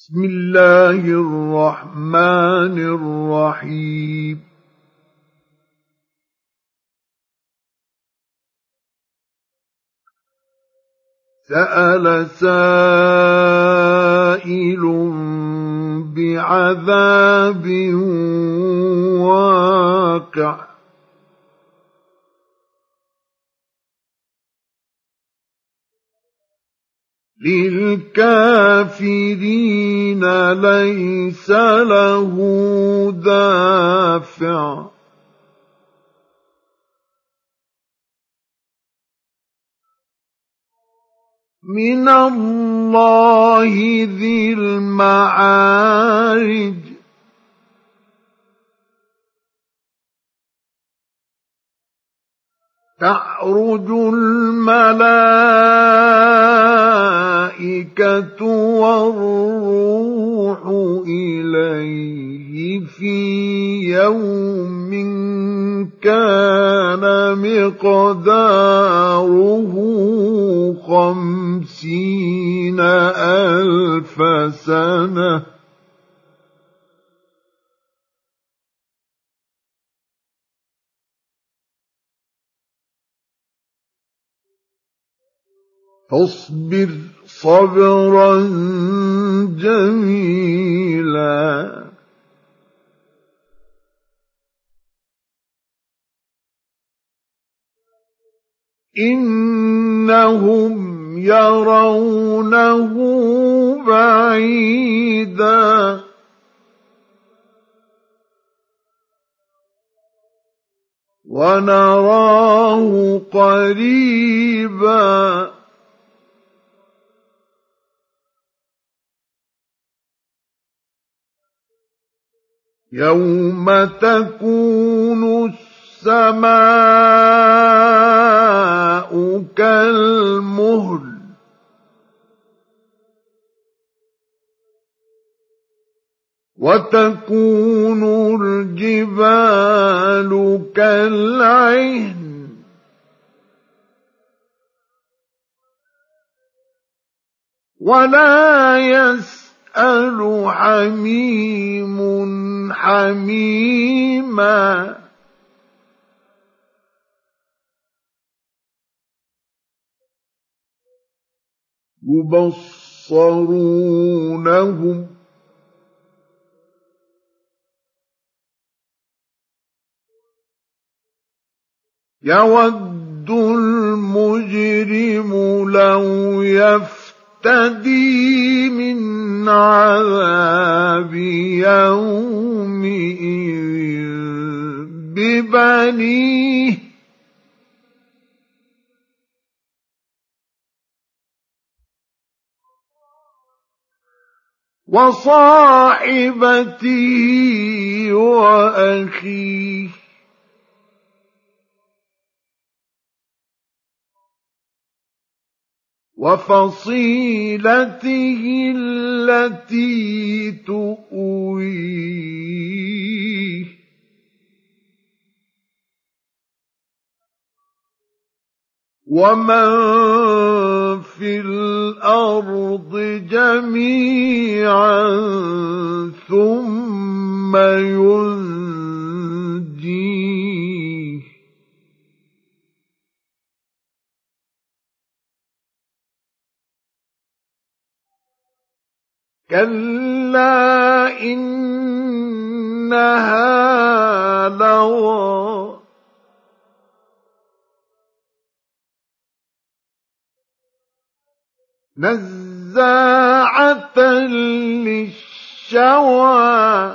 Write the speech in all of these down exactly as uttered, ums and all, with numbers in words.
بسم الله الرحمن الرحيم. سأل سائل بعذاب واقع للكافرين ليس له دافع من الله ذي المعارج تعرج الملائكة والروح إليه في يوم كان مقداره خمسين ألف سنة فاصبر صبرا جميلا إنهم يرونه بعيدا ونراه قريبا يوم تكون السماء كالمهل وتكون الجبال كالعهن ولا يسأل حميم حميما يبصرونهم يود المجرم لو يفتدي من عذاب يومئذ ببنيه وصاحبته وأخيه وفصيلته التي تؤويه ومن في الأرض جميعا ثم ينجيه كلا إنها لظى نزاعة للشوى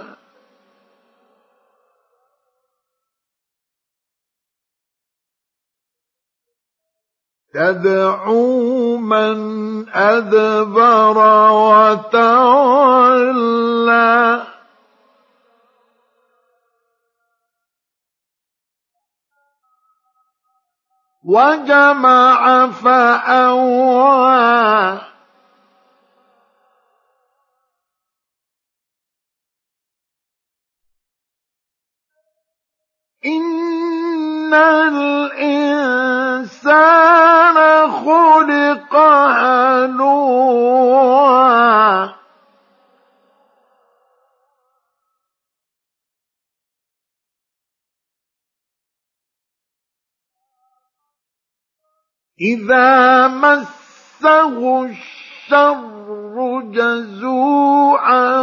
تدعو من أدبر وتولى وجمع فأوعى إن الإنسان خلق هلوعا إذا مسه الشر جزوعا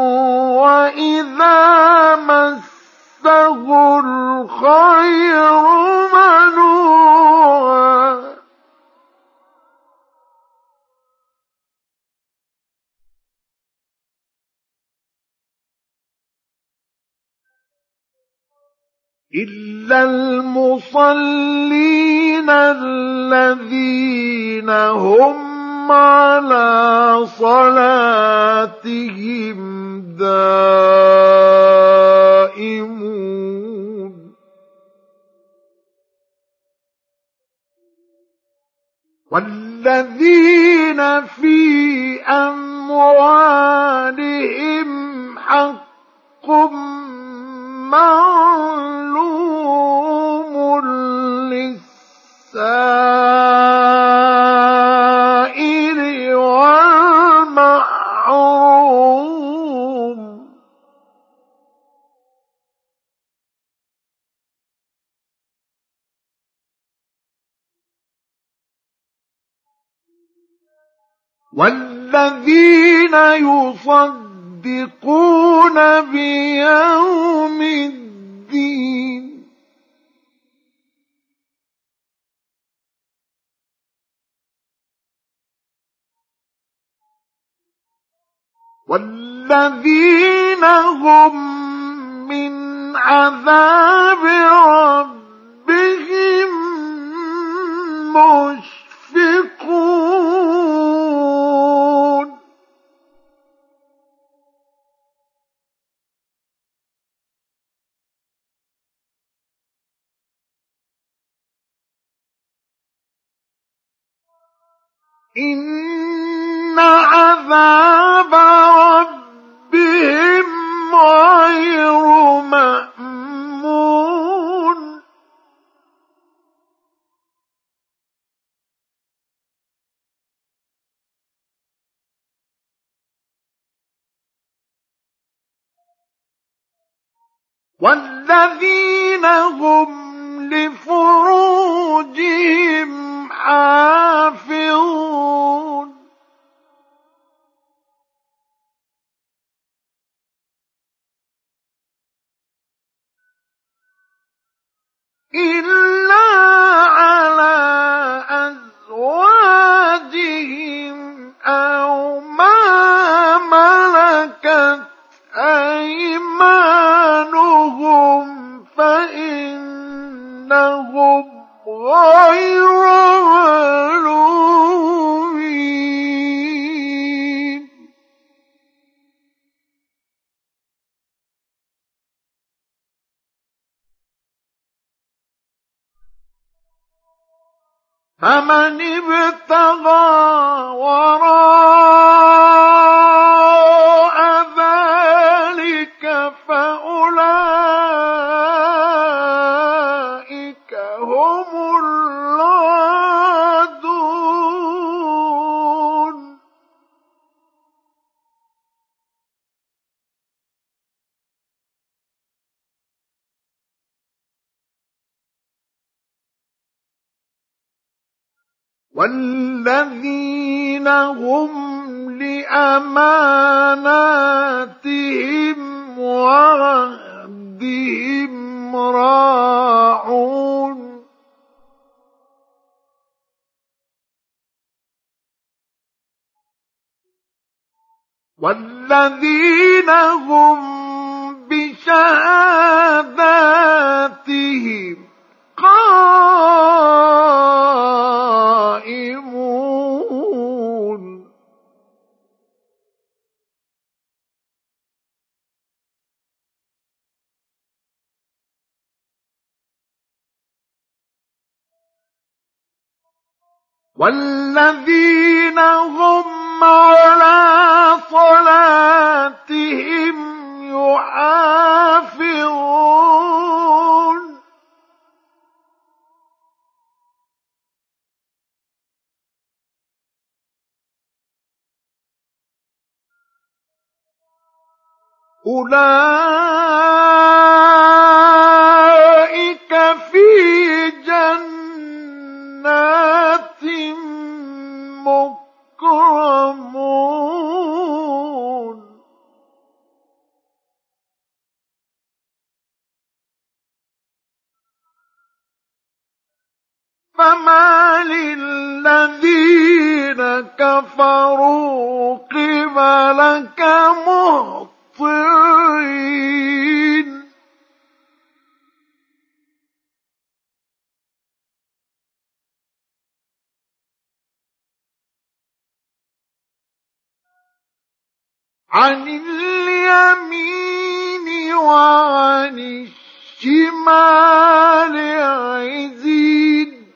وإذا مسه الخير منوعا إلا المصلين الذين هم على صلاتهم دائمون والذين في أموالهم حق معلوم للسائل والمحروم والذين يصدقون بيوم الدين والذين هم من عذاب ربهم مشفقون إن عذاب ربهم غير مأمون والذين هم لفروجهم حافظون إلا على أزواجهم أو ما ملكت أيمانهم فإنهم غير ملومين فمن ابتغى وراء ذلك فأولئك هم العادون والذين هم لأماناتهم وعهدهم راعون والذين هم بشهاداتهم قائمون والذين هم على صلاتهم يحافظون أولئك في جنات كفروا قبلك مهطعين عن اليمين وعن الشمال عزين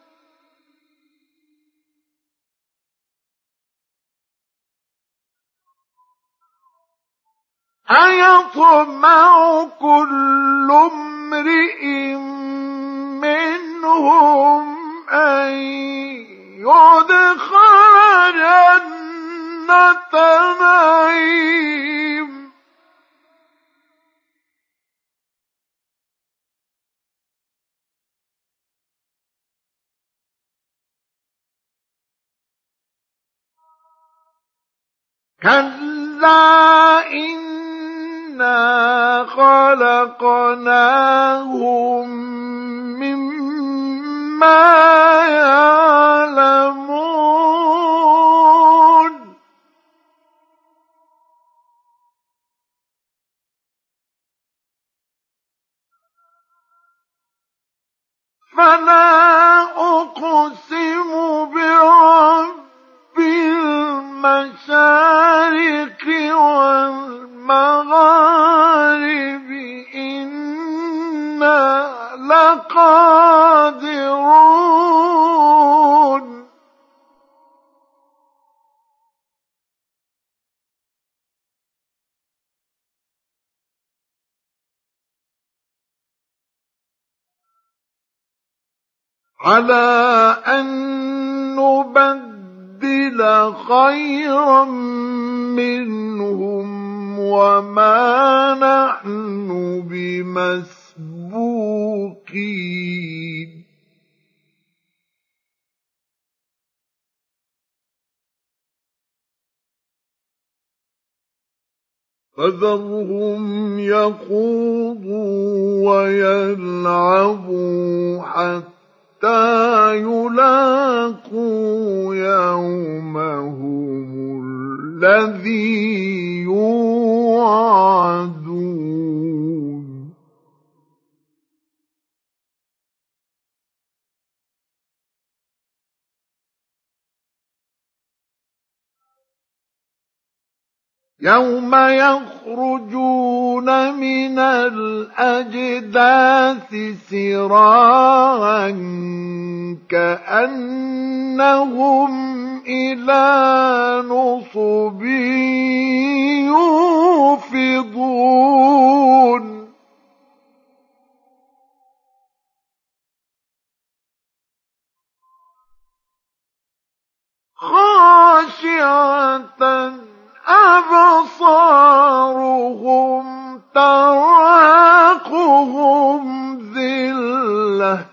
أيطمع كل امرئ منهم أن يدخل جنة نعيم كلا إنا خلقناهم مما يعلمون فلا أقسم برب المشارق والمغارب إنا لقادرون على أن نبدل خيرا منهم وما نحن بمسبوقين فذرهم يخوضوا ويلعبوا حتى حتى يلاقوا يومهم الذي يوعدون يوم يخرجون من الأجداث سراعا كأنهم إلى نصب يوفضون خاشعة أبصارهم ترهقهم ذلة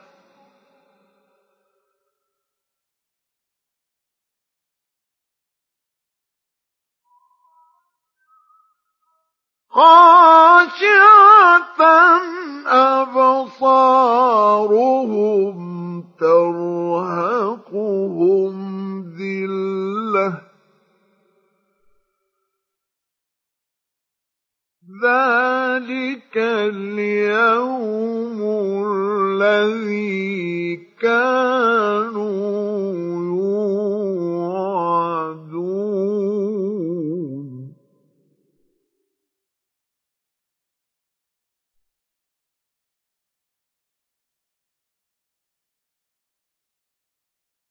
خاشعة أبصارهم ترهقهم ذلة ذلك اليوم الذي